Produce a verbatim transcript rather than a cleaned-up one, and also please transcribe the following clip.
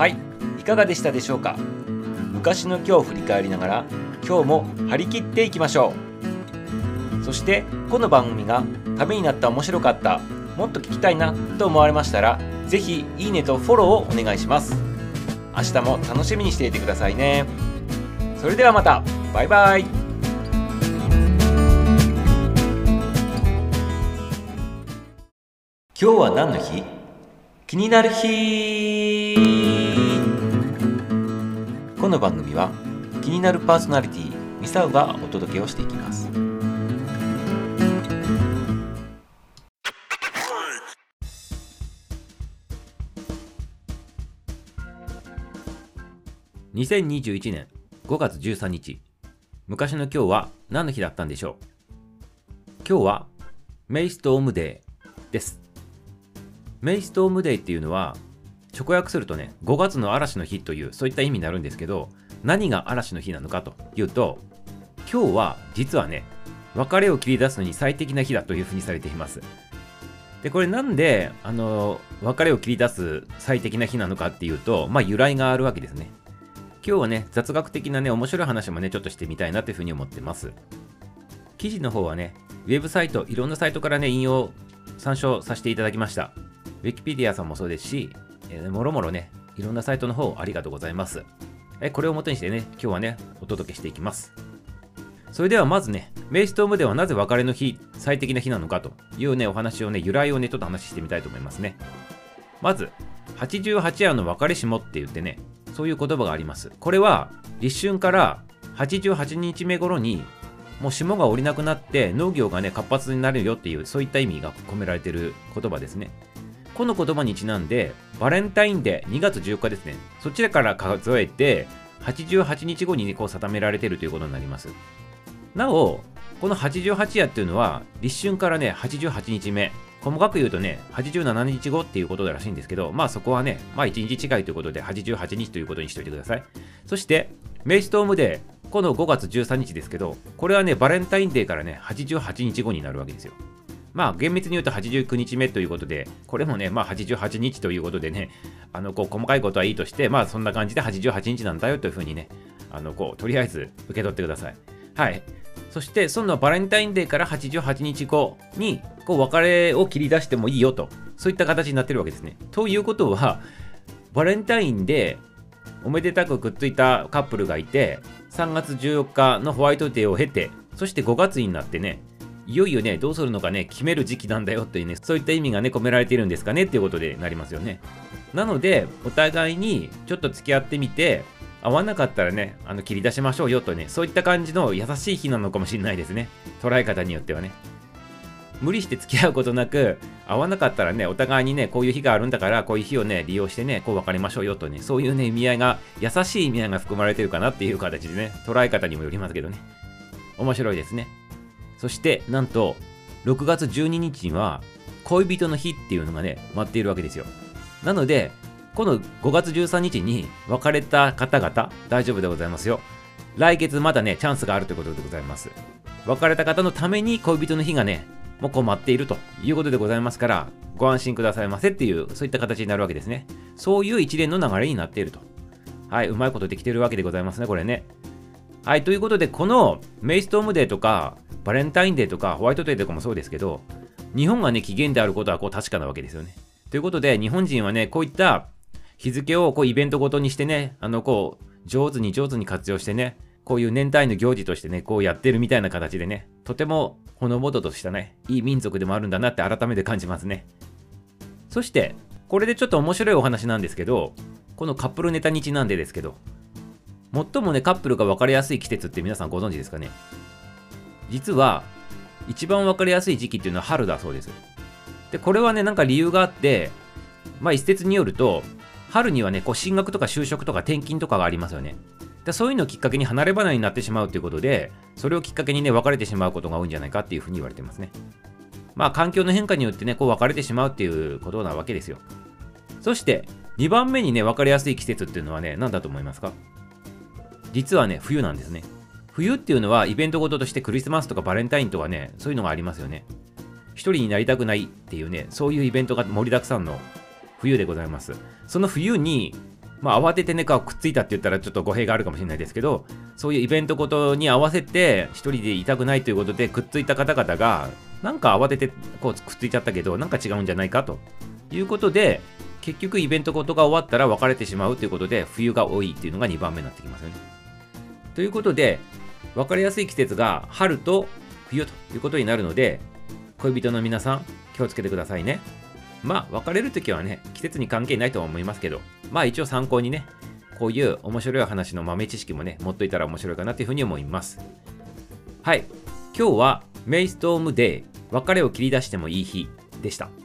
はい、いかがでしたでしょうか。昔の今日を振り返りながら今日も張り切っていきましょう。そしてこの番組がためになった、面白かった、もっと聞きたいなと思われましたら、ぜひいいねとフォローをお願いします。明日も楽しみにしていてくださいね。それではまた、バイバイ。今日は何の日？気になる日。この番組は気になるパーソナリティミサウがお届けをしていきます。にせんにじゅういちねんごがつじゅうさんにち、昔の今日は何の日だったんでしょう。今日はメイストームデーです。メイストームデーっていうのは直訳するとね、ごがつの嵐の日という、そういった意味になるんですけど、何が嵐の日なのかというと、今日は実はね、別れを切り出すのに最適な日だというふうにされています。で、これなんであの別れを切り出す最適な日なのかっていうと、まあ由来があるわけですね。今日はね、雑学的なね、面白い話もね、ちょっとしてみたいなというふうに思ってます。記事の方はね、ウェブサイト、いろんなサイトからね、引用参照させていただきました。ウィキペディアさんもそうですし、えー、もろもろね、いろんなサイトの方ありがとうございます。えこれを元にしてね、今日はね、お届けしていきます。それではまずね、メイストームではなぜ別れの日、最適な日なのかというね、お話をね、由来をね、ちょっと話してみたいと思いますね。まず、はちじゅうはち夜の別れ霜って言ってね、そういう言葉があります。これは、立春からはちじゅうはちにちめ頃に、もう霜が降りなくなって農業がね、活発になるよっていう、そういった意味が込められている言葉ですね。この言葉にちなんで、バレンタインデーにがつじゅうよっかですね。そちらから数えて、はちじゅうはちにちごに、ね、こう定められているということになります。なお、このはちじゅうはち夜っていうのは、立春からね、はちじゅうはちにちめ。細かく言うとね、はちじゅうななにちごっていうことらしいんですけど、まあそこはね、まあいちにち違いということで、はちじゅうはちにちということにしておいてください。そして、メイストームデー、このごがつじゅうさんにちですけど、これはね、バレンタインデーからね、はちじゅうはちにちごになるわけですよ。まあ厳密に言うとはちじゅうくにちめということで、これもね、まあはちじゅうはちにちということでね、あのこう細かいことはいいとして、まあそんな感じではちじゅうはちにちなんだよというふうにね、あのこうとりあえず受け取ってください。はい。そしてそのバレンタインデーからはちじゅうはちにちごにこう別れを切り出してもいいよと、そういった形になってるわけですね。ということは、バレンタインでおめでたくくっついたカップルがいて、さんがつじゅうよっかのホワイトデーを経て、そしてごがつになってね、いよいよね、どうするのかね、決める時期なんだよというね、そういった意味がね、込められているんですかねっていうことでなりますよね。なので、お互いにちょっと付き合ってみて、合わなかったらね、あの切り出しましょうよとね、そういった感じの優しい日なのかもしれないですね。捉え方によってはね。無理して付き合うことなく、合わなかったらね、お互いにね、こういう日があるんだから、こういう日をね、利用してね、こう別れましょうよとね、そういうね、意味合いが、優しい意味合いが含まれてるかなっていう形でね、捉え方にもよりますけどね。面白いですね。そして、なんと、ろくがつじゅうににちには、恋人の日っていうのがね、待っているわけですよ。なので、このごがつじゅうさんにちに別れた方々、大丈夫でございますよ。来月まだね、チャンスがあるということでございます。別れた方のために恋人の日がね、もうこう待っているということでございますから、ご安心くださいませっていう、そういった形になるわけですね。そういう一連の流れになっていると。はい、うまいことできているわけでございますね、これね。はい、ということで、このメイストームデーとか、バレンタインデーとか、ホワイトデーとかもそうですけど、日本がね、起源であることはこう確かなわけですよね。ということで、日本人はね、こういった日付をこうイベントごとにしてね、あの、こう、上手に上手に活用してね、こういう年単位の行事としてね、こうやってるみたいな形でね、とてもほのぼのとしたね、いい民族でもあるんだなって改めて感じますね。そして、これでちょっと面白いお話なんですけど、このカップルネタにちなんでですけど、最もね、カップルが別れやすい季節って皆さんご存知ですかね。実は、一番別れやすい時期っていうのは春だそうです。で、これはね、なんか理由があって、まあ一説によると、春にはね、こう進学とか就職とか転勤とかがありますよね。でそういうのをきっかけに離れ離れになってしまうということで、それをきっかけにね、別れてしまうことが多いんじゃないかっていうふうに言われてますね。まあ環境の変化によってね、こう別れてしまうっていうことなわけですよ。そして、にばんめにね、別れやすい季節っていうのはね、何だと思いますか？実はね、冬なんですね。冬っていうのはイベントごととしてクリスマスとかバレンタインとかね、そういうのがありますよね。一人になりたくないっていうね、そういうイベントが盛りだくさんの冬でございます。その冬にまあ慌ててね、くっついたって言ったらちょっと語弊があるかもしれないですけど、そういうイベントごとに合わせて一人でいたくないということでくっついた方々が、なんか慌ててこうくっついちゃったけど、なんか違うんじゃないかということで、結局イベントごとが終わったら別れてしまうということで、冬が多いっていうのがにばんめになってきますよね。ということで、分かりやすい季節が春と冬ということになるので、恋人の皆さん気をつけてくださいね。まあ別れるときはね、季節に関係ないとは思いますけど、まあ一応参考にね、こういう面白い話の豆知識もね、持っといたら面白いかなというふうに思います。はい、今日はメイストームデー、別れを切り出してもいい日でした。